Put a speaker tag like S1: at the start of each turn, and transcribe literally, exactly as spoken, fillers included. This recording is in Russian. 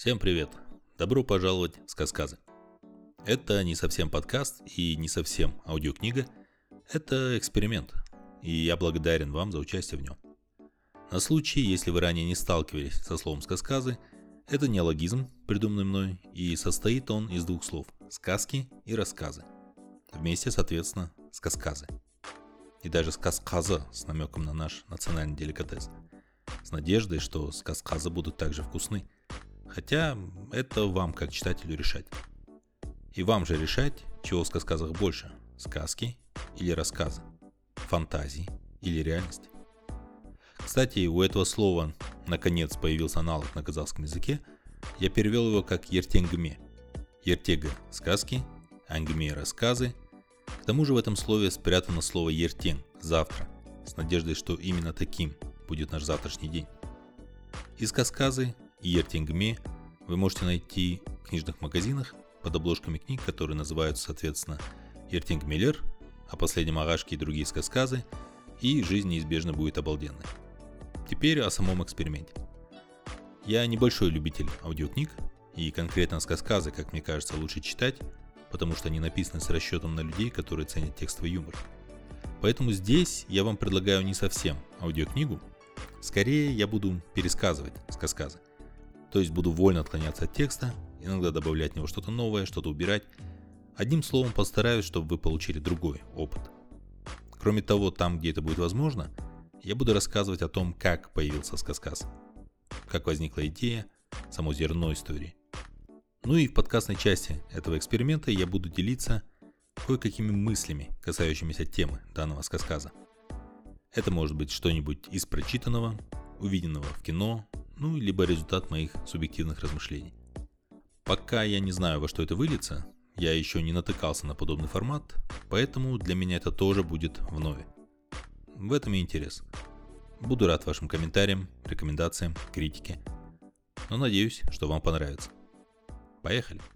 S1: Всем привет! Добро пожаловать в Сказказы. Это не совсем подкаст и не совсем аудиокнига, это эксперимент, и я благодарен вам за участие в нем. На случай, если вы ранее не сталкивались со словом сказказы, это неологизм, придуманный мной, и состоит он из двух слов – сказки и рассказы. Вместе, соответственно, сказказы. И даже сказказа с намеком на наш национальный деликатес. С надеждой, что сказказы будут также вкусны. Хотя это вам, как читателю, решать. И вам же решать, чего в сказках больше – сказки или рассказы, фантазии или реальности. Кстати, у этого слова наконец появился аналог на казахском языке. Я перевел его как ертенгме. Ертега – сказки, ангме – рассказы. К тому же в этом слове спрятано слово ертен – завтра, с надеждой, что именно таким будет наш завтрашний день. И сказказы, и ертенгме вы можете найти в книжных магазинах под обложками книг, которые называются, соответственно, Ертенгмелер, о последнем Агашке и другие сказказы, и жизнь неизбежно будет обалденной. Теперь о самом эксперименте. Я небольшой любитель аудиокниг, и конкретно сказказы, как мне кажется, лучше читать, потому что они написаны с расчетом на людей, которые ценят текстовый юмор. Поэтому здесь я вам предлагаю не совсем аудиокнигу, скорее я буду пересказывать сказказы. То есть буду вольно отклоняться от текста, иногда добавлять в него что-то новое, что-то убирать. Одним словом, постараюсь, чтобы вы получили другой опыт. Кроме того, там, где это будет возможно, я буду рассказывать о том, как появился сказказ, как возникла идея, само зерно истории. Ну и в подкастной части этого эксперимента я буду делиться кое-какими мыслями, касающимися темы данного сказказа. Это может быть что-нибудь из прочитанного, увиденного в кино, ну, либо результат моих субъективных размышлений. Пока я не знаю, во что это выльется, я еще не натыкался на подобный формат, поэтому для меня это тоже будет вновь. В этом и интерес. Буду рад вашим комментариям, рекомендациям, критике. Но надеюсь, что вам понравится. Поехали!